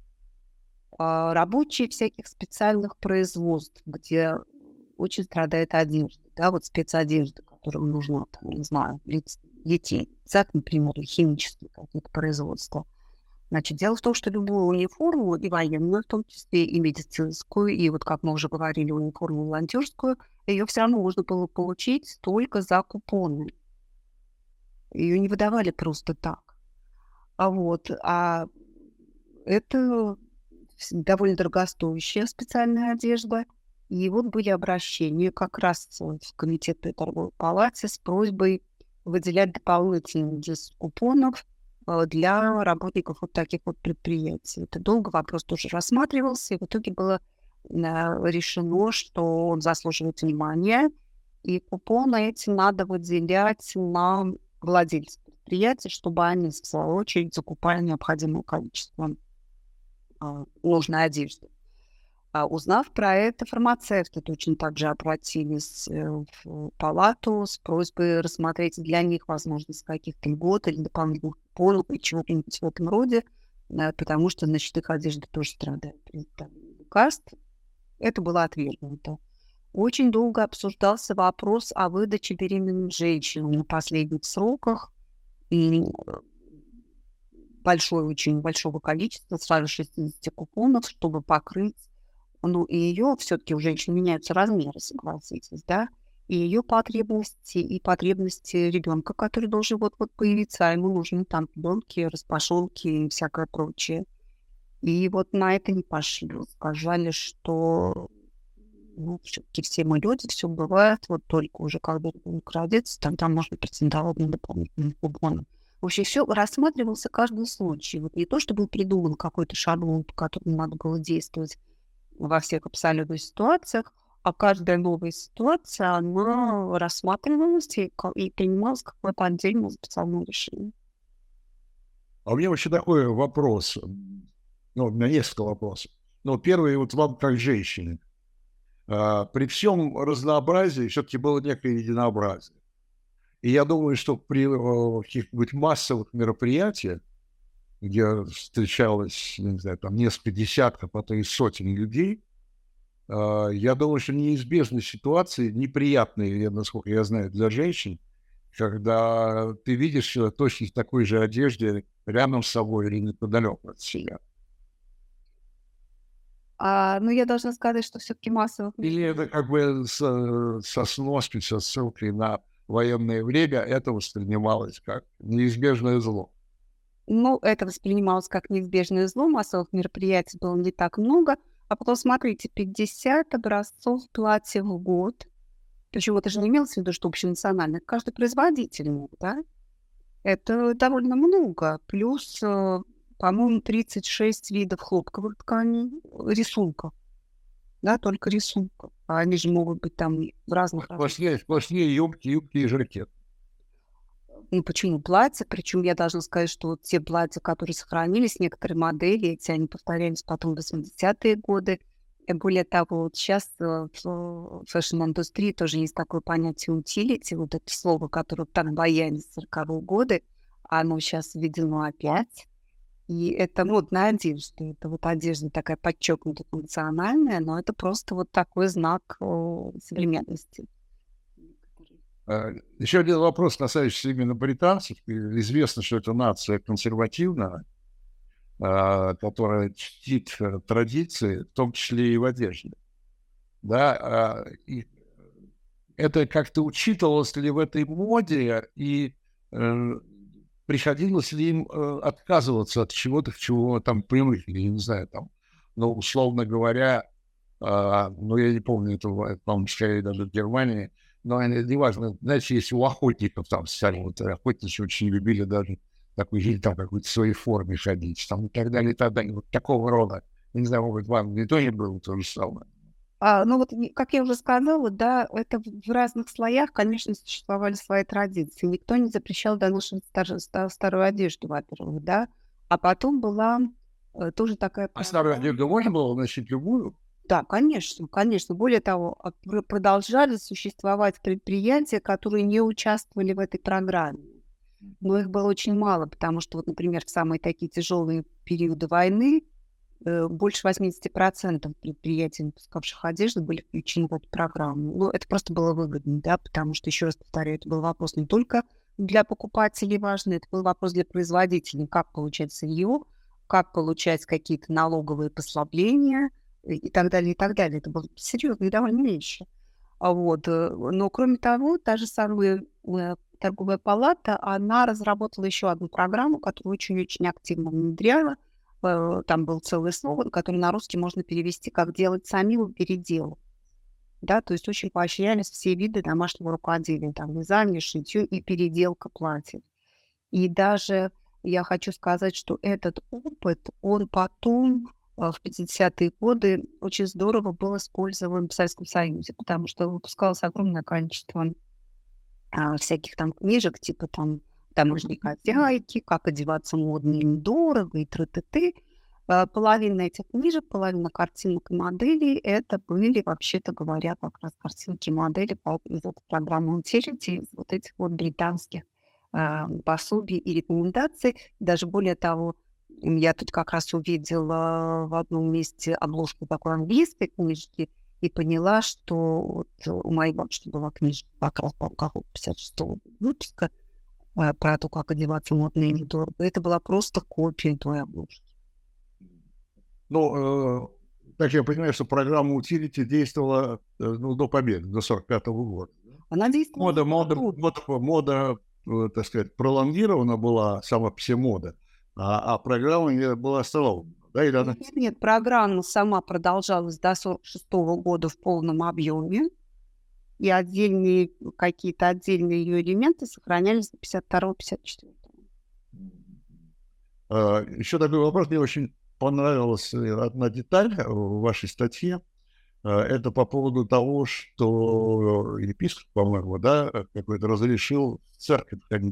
А, Рабочие всяких специальных производств, где очень страдает одежда, да, вот спецодежда, которым нужно, там, не знаю, детей, цех, например, или химические какие-то производства. Значит, дело в том, что любую униформу, и военную в том числе, и медицинскую, и вот, как мы уже говорили, униформу волонтерскую, ее все равно можно было получить только за купоны. Ее не выдавали просто так. А вот, а это вс- довольно дорогостоящая специальная одежда. И вот были обращения как раз в комитет при торговой палате с просьбой выделять дополнительные десять купонов э, для работников вот таких вот предприятий. Это долго вопрос тоже рассматривался, и в итоге было решено, что он заслуживает внимания, и купоны эти надо выделять на владельцев предприятий, чтобы они, в свою очередь, закупали необходимое количество а, нужной одежды. А узнав про это, фармацевты точно так же обратились в палату с просьбой рассмотреть для них возможность каких-то льгот или дополнительных купонов и чего-нибудь в этом роде, потому что, значит, их одежда тоже страдает от лекарств. Это было отвергнуто. Очень долго обсуждался вопрос о выдаче беременным женщинам на последних сроках. И большое, очень большого количества, сразу шестьдесят купонов, чтобы покрыть. Ну, и ее все-таки у женщин меняются размеры, согласитесь, да? И ее потребности, и потребности ребенка, который должен вот-вот появиться, а ему нужны там пеленки, распашонки и всякое прочее. И вот на это не пошли. Сказали, что ну, все-таки все мы люди, все бывает, вот только уже когда ребенок родится, тогда можно претендовать на дополнительные купоны. Вообще все рассматривался каждый случай. Вот не то, что был придуман какой-то шаблон, по которому надо было действовать во всех абсолютно ситуациях, а каждая новая ситуация, она рассматривалась и, и принималась какое-то отдельное специальное решение. А у меня вообще такой вопрос. Ну, у меня несколько вопросов. Ну, первый, вот вам как женщине. А, при всем разнообразии все-таки было некое единообразие. И я думаю, что при э, каких-нибудь массовых мероприятиях, где встречалось, не знаю, там несколько десятков, а то и сотен людей, э, я думаю, что неизбежны ситуации неприятные, насколько я знаю, для женщин, когда ты видишь человека точно в такой же одежде рядом с собой или неподалеку от себя. А, ну, я должна сказать, что все-таки массовых... Или это как бы со, со сноской, со ссылкой на военное время, это воспринималось как неизбежное зло. Ну, это воспринималось как неизбежное зло, массовых мероприятий было не так много. А потом, смотрите, пятьдесят образцов платьев в год. Причем это же не имелось в виду, что общенационально. Каждый производитель мог, да? Это довольно много. Плюс, э, по-моему, тридцать шесть видов хлопковых тканей, рисунков. Да, только рисунков. А они же могут быть там в разных... Сплошные, сплошные юбки, юбки и жакет. Ну, почему платья? Причем я должна сказать, что вот те платья, которые сохранились, некоторые модели, эти они повторялись потом в восьмидесятые годы. И более того, вот сейчас в фэшн-индустрии тоже есть такое понятие утилити, вот это слово, которое так боялись в сороковые годы, оно сейчас введено опять. И это модная одежда. Это вот одежда такая подчеркнуто функциональная, но это просто вот такой знак о, современности. Еще один вопрос, касающийся именно британцев. Известно, что это нация консервативная, которая чтит традиции, в том числе и в одежде. Да, и это как-то учитывалось ли в этой моде, и э, приходилось ли им э, отказываться от чего-то, к чему там привыкли, я не знаю, там, ну, условно говоря, э, ну, я не помню, это, по-моему, скорее даже в Германии, но неважно, знаете, если у охотников там, специально, вот охотники очень любили даже такой жить, там, какой-то в своей форме ходить, там, и так далее, и так далее, вот такого рода. Я не знаю, может быть, вам не тоже было то же самое? А, ну вот, как я уже сказала, да, это в разных слоях, конечно, существовали свои традиции. Никто не запрещал доношить стар, стар, старую одежду, во-первых, да. А потом была э, тоже такая... А старую одежду можно было носить любую? Да, конечно, конечно. Более того, продолжали существовать предприятия, которые не участвовали в этой программе. Но их было очень мало, потому что, вот, например, в самые такие тяжелые периоды войны больше восемьдесят процентов предприятий, выпускавших одежду, были включены в эту программу. Ну, это просто было выгодно, да, потому что, еще раз повторяю, это был вопрос не только для покупателей важный, это был вопрос для производителей, как получать сырье, как получать какие-то налоговые послабления и так далее, и так далее. Это было серьезные довольно вещи. Вот. Но, кроме того, та же самая торговая палата, она разработала еще одну программу, которую очень-очень активно внедряла. Там был целый слоган, который на русский можно перевести как «делать самим передел». Да, то есть очень поощрялись все виды домашнего рукоделия, там, вязание, шитье и переделка платьев. И даже я хочу сказать, что этот опыт, он потом в пятидесятые годы очень здорово был использован в Советском Союзе, потому что выпускалось огромное количество а, всяких там книжек, типа там «Таможенные хозяйки», «Как одеваться модно и недорого» и тры-ты-ты. А, Половина этих книжек, половина картинок и моделей — это были, вообще-то говоря, как раз картинки и модели по- из этой программы Utility, из вот этих вот британских а, пособий и рекомендаций. Даже более того, м, я тут как раз увидела в одном месте обложку такой английской книжки и поняла, что вот у моей бабушки была книжка как раз по пятьдесят шестого выпуска а, про то, как одеваться модно и недорого. Это была просто копия той обложки. Ну, э, так я понимаю, что программа Utility действовала э, ну, до победы, до сорок пятого года. да? Она действовала Мода, мода, тут. мода, мода, э, так сказать, пролонгирована была, сама по себе мода, а, а программа не была остановлена. Да, или она... Нет, нет, программа сама продолжалась до сорок шестого года в полном объеме, и отдельные какие-то отдельные ее элементы сохранялись до пятьдесят второго — пятьдесят четвёртого. Э, Еще такой вопрос, мне очень понравилась э, одна деталь э, в вашей статье. Э, Это по поводу того, что епископ, по-моему, да, э, какой-то разрешил в церковь ходить.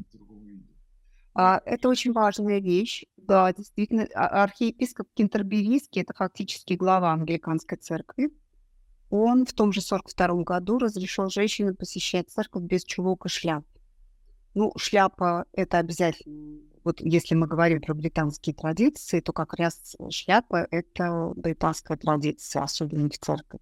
А, это очень важная вещь. Да, действительно, а- архиепископ Кентерберийский — это фактически глава англиканской церкви. Он в том же сорок втором году разрешил женщинам посещать церковь без чулок и шляп. Ну, шляпа — это обязательно. Вот если мы говорим про британские традиции, то как раз шляпа — это британская традиция, особенно в церковь.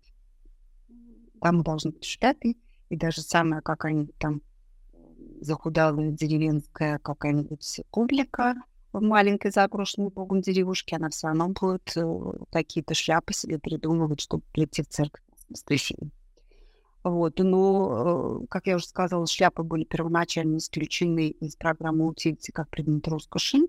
Там должны быть шляпы, и даже самая какая-нибудь там захудалая деревенская какая-нибудь публика в маленькой заброшенной богом деревушке, она все равно будет э, какие-то шляпы себе придумывать, чтобы прийти в церковь в воскресенье. Вот, но, э, как я уже сказала, шляпы были первоначально исключены из программы Utility как предмет роскоши.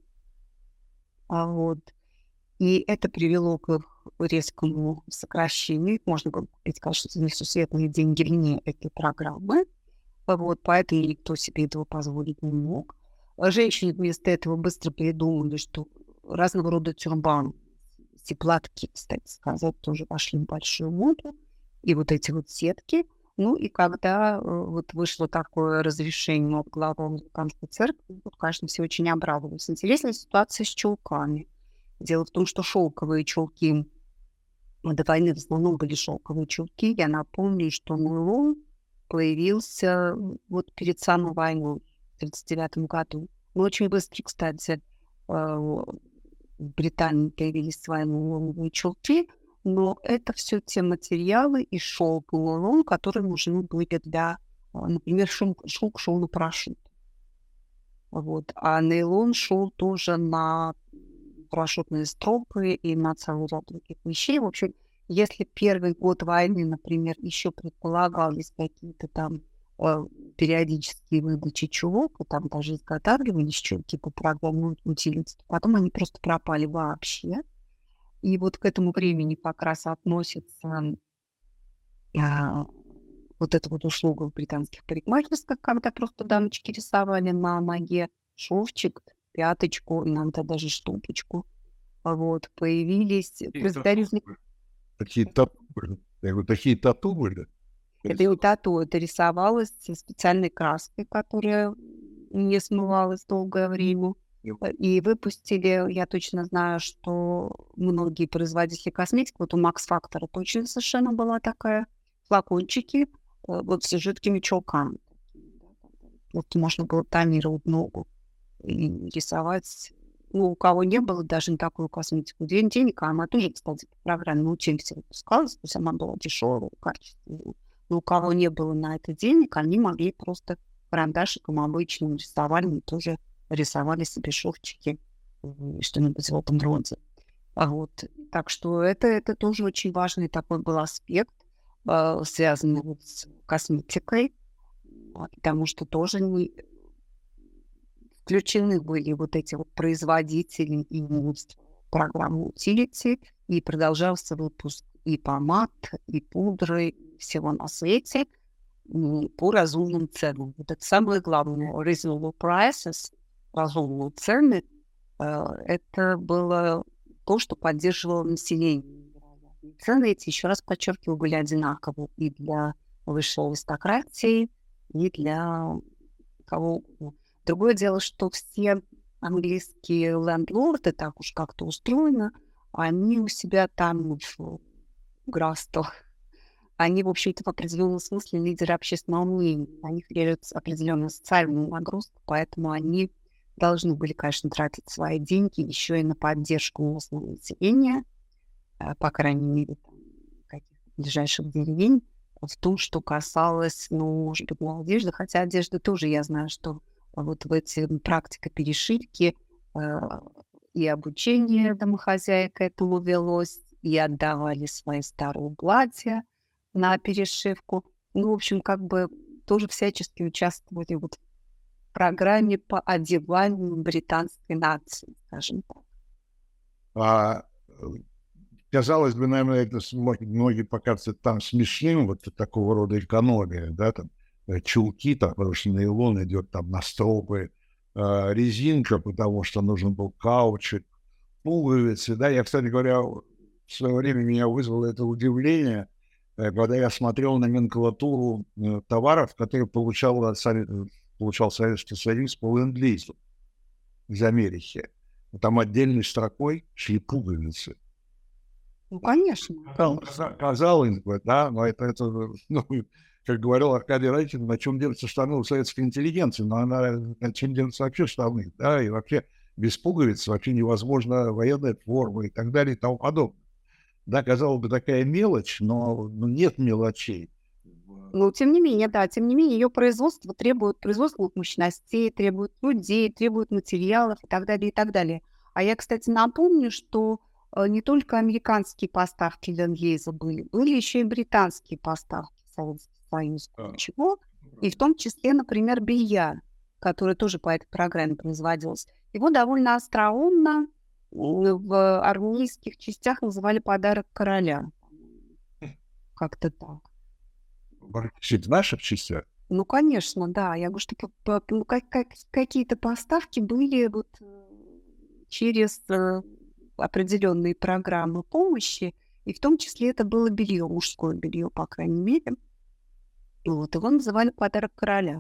А вот. И это привело к их резкому сокращению. Можно было купить, конечно, несусветные деньги вне этой программы. Вот, поэтому никто себе этого позволить не мог. А женщины вместо этого быстро придумали, что разного рода тюрбаны, эти платки, кстати сказать, тоже вошли в большую моду. И вот эти вот сетки. Ну и когда э, вот вышло такое разрешение от главы англиканской церкви, вот, конечно, все очень обрадовались. Интересная ситуация с чулками. Дело в том, что шелковые чулки до войны в основном были шелковые чулки. Я напомню, что нейлон появился вот перед самой войной в тридцать девятом году. Ну, очень быстро, кстати, э, в Британии появились свои нейлоновые чулки, но это все те материалы и шелк и нейлон, которые нужны были для, э, например, шелк, шелк шел на парашют. Вот. А нейлон шел тоже на парашютные стропы и на целый ряд других вещей. В общем, если первый год войны, например, еще предполагались какие-то там э, периодические выдачи чулок, и там даже изготавливались чулки по программе Utility, потом они просто пропали вообще. И вот к этому времени как раз относится а, вот эта вот услуга в британских парикмахерских, когда просто дамочки рисовали на ноге шовчик, пяточку, иногда даже штупочку. Вот, появились представители... Такие тату были. Я говорю, такие тату были. Это не тату, это рисовалось специальной краской, которая не смывалась долгое время. И выпустили, я точно знаю, что многие производители косметики, вот у Max Factor точно совершенно была такая, флакончики, э, вот с жидкими чулками. Вот можно было тонировать ногу и рисовать. Ну, у кого не было даже не такую косметику, день денег, а она тоже, кстати, по программе Utility выпускалась, то есть она была дешевая, качественная. Но у кого не было на это денег, они могли просто карандашиком обычным рисовали, и тоже рисовали себе шовчики, м, что-нибудь в этом роде. А вот. Так что это, это тоже очень важный такой был аспект, э, связанный вот с косметикой, а, потому что тоже не включены были вот эти вот производители и программы Utility, и продолжался выпуск и помад, и пудры, и всего на свете м, по разумным ценам. Вот это самое главное. Reasonable prices, разумные цены, э, это было то, что поддерживало население. Цены эти, еще раз подчеркиваю, были одинаковы и для высшей аристократии, и для кого угодно. Другое дело, что все английские лендлорды, так уж как-то устроено, они у себя там в графствах, они, в общем-то, в определенном смысле лидеры общественного мнения. На них лежит определенная социальная нагрузка, поэтому они должны были, конечно, тратить свои деньги еще и на поддержку местного населения, по крайней мере, там, каких-то ближайших деревень, в том, что касалось, ну, может быть, не одежды, хотя одежда тоже, я знаю, что вот в эти практика перешивки э, и обучение домохозяек этому велось, и отдавали свои старые платья на перешивку. Ну, в общем, как бы тоже всячески участвовали вот в программе по одеванию британской нации, скажем так. А, казалось бы, наверное, это многие покажутся там смешным, вот такого рода экономия, да, там чулки, там, потому что нейлон идет там на стропы, э, резинка, потому что нужен был каучук, пуговицы, да. Я, кстати говоря, в свое время меня вызвало это удивление, э, когда я смотрел номенклатуру э, товаров, которые получал, получал Советский Союз по ленд-лизу из Америки. Там отдельной строкой шли пуговицы. Ну, конечно. Казалось бы, да, но это, это ну, как говорил Аркадий Райкин, на чем держатся штаны у советской интеллигенции, но она, на чем держатся вообще штаны, да, и вообще без пуговиц вообще невозможно военная форма и так далее и тому подобное. Да, казалось бы, такая мелочь, но, но нет мелочей. Ну, тем не менее, да, тем не менее, ее производство требует производственных мощностей, требует людей, требует материалов и так далее, и так далее. А я, кстати, напомню, что не только американские поставки ленд-лиза были, были еще и британские поставки в Советский Союз. А. Чего? И в том числе, например, белья, которое тоже по этой программе производилось. Его довольно остроумно в армейских частях называли «подарок короля». Как-то так. В наших частях? Ну, конечно, да. Я говорю, что ну, как, как, какие-то поставки были вот через э, определенные программы помощи, и в том числе это было белье, мужское белье, по крайней мере. Вот, его называли «подарок короля».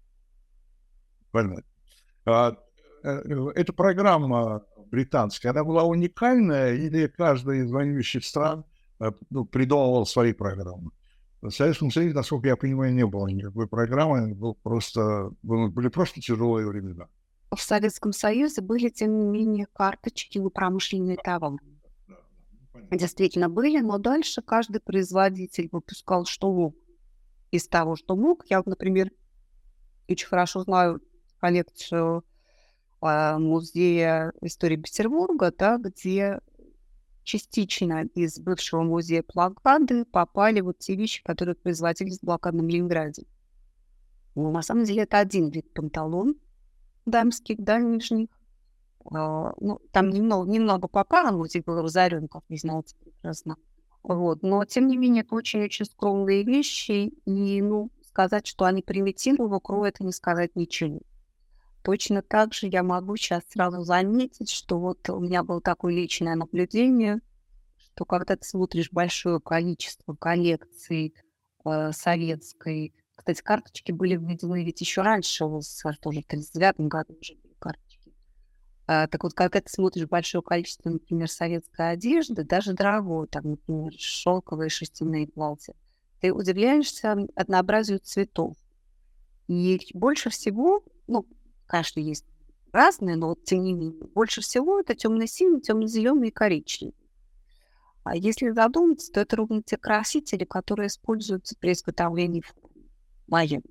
Понятно. А, эта программа британская, она была уникальная, или каждая из воюющих стран ну, придумывала свои программы? В Советском Союзе, насколько я понимаю, не было никакой программы, был просто, были просто тяжелые времена. В Советском Союзе были, тем не менее, карточки на промышленные товары. Да, да, да, действительно были, но дальше каждый производитель выпускал, что мог из того, что мог. Я, вот, например, очень хорошо знаю коллекцию э, Музея истории Петербурга, да, где частично из бывшего музея блокады попали вот те вещи, которые производились в блокадном Ленинграде. Но на самом деле это один вид панталон дамских, да, нижних. А, ну, там немного, немного попало, музей был разорен, как вы знаете прекрасно. Вот. Но, тем не менее, это очень-очень скромные вещи, и, ну, сказать, что они примитивны вокруг, это не сказать ничего. Точно так же я могу сейчас сразу заметить, что вот у меня было такое личное наблюдение, что когда ты смотришь большое количество коллекций э, советской, кстати, карточки были введены ведь еще раньше, у нас тоже в тридцать девятом году уже были карточки. А, так вот, когда ты смотришь большое количество, например, советской одежды, даже дорогой, там, например, шелковые шерстяные платья, ты удивляешься однообразию цветов. И больше всего, ну, конечно, есть разные, но вот тем не менее, больше всего это темно-синий, темно-зеленый и коричневый. А если задуматься, то это ровно те красители, которые используются при изготовлении военных.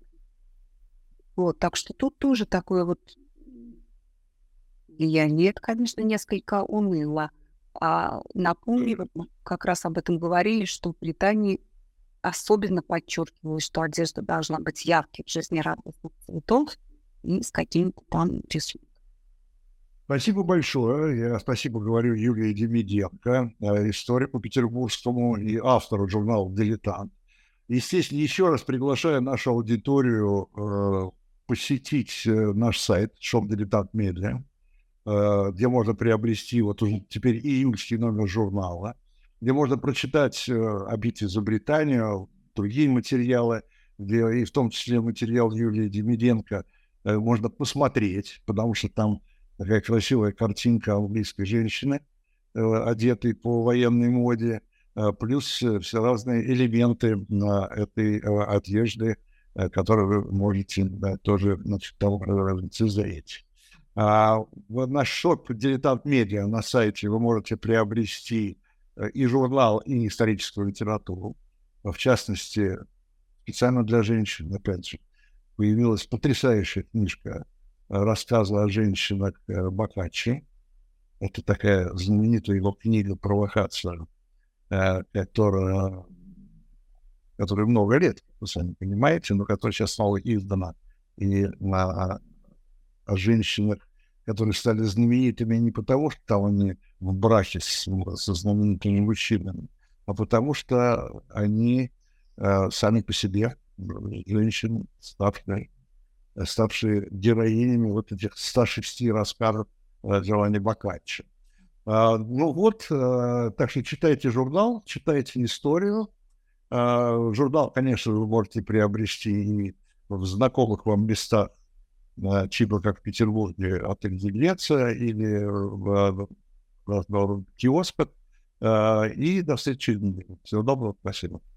Вот, так что тут тоже такое вот влияние. Это, конечно, несколько уныло. А напомню, вот как раз об этом говорили, что в Британии особенно подчеркивалось, что одежда должна быть ярких, жизнерадостных цветов и с каким-то там рисунком. Спасибо большое. Я спасибо говорю Юлии Демиденко, историку петербургскому и автору журнала «Дилетант». Естественно, еще раз приглашаю нашу аудиторию э, посетить наш сайт шоп Дилетант Медиа. э, где можно приобрести вот уже теперь июльский номер журнала, где можно прочитать э, о битве за Британию, другие материалы, где и в том числе материал Юлии Демиденко э, можно посмотреть, потому что там такая красивая картинка английской женщины, э, одетой по военной моде, э, плюс э, все разные элементы э, этой э, одежды, э, которые вы можете да, тоже значит, там э, лицезреть. А, в наш шоп «Дилетант Медиа» на сайте вы можете приобрести э, и журнал, и историческую литературу. В частности, специально для женщин, опять же, появилась потрясающая книжка э, рассказа о женщинах э, Боккаччи. Это такая знаменитая его книга «Провокация», э, которая, которая много лет, вы сами понимаете, но которая сейчас снова издана. И на о женщинах, которые стали знаменитыми не потому, что там они в браке с, со знаменитыми мужчинами, а потому что они э, сами по себе женщины, ставшие, ставшие героинями вот этих ста шести рассказов э, Джованни Боккаччи. А, ну вот, э, так что читайте журнал, читайте историю. А, журнал, конечно, вы можете приобрести и в знакомых вам местах, типа как в Петербурге отель «Венеция» или в, в, в киосках. И до встречи. Всего доброго. Спасибо.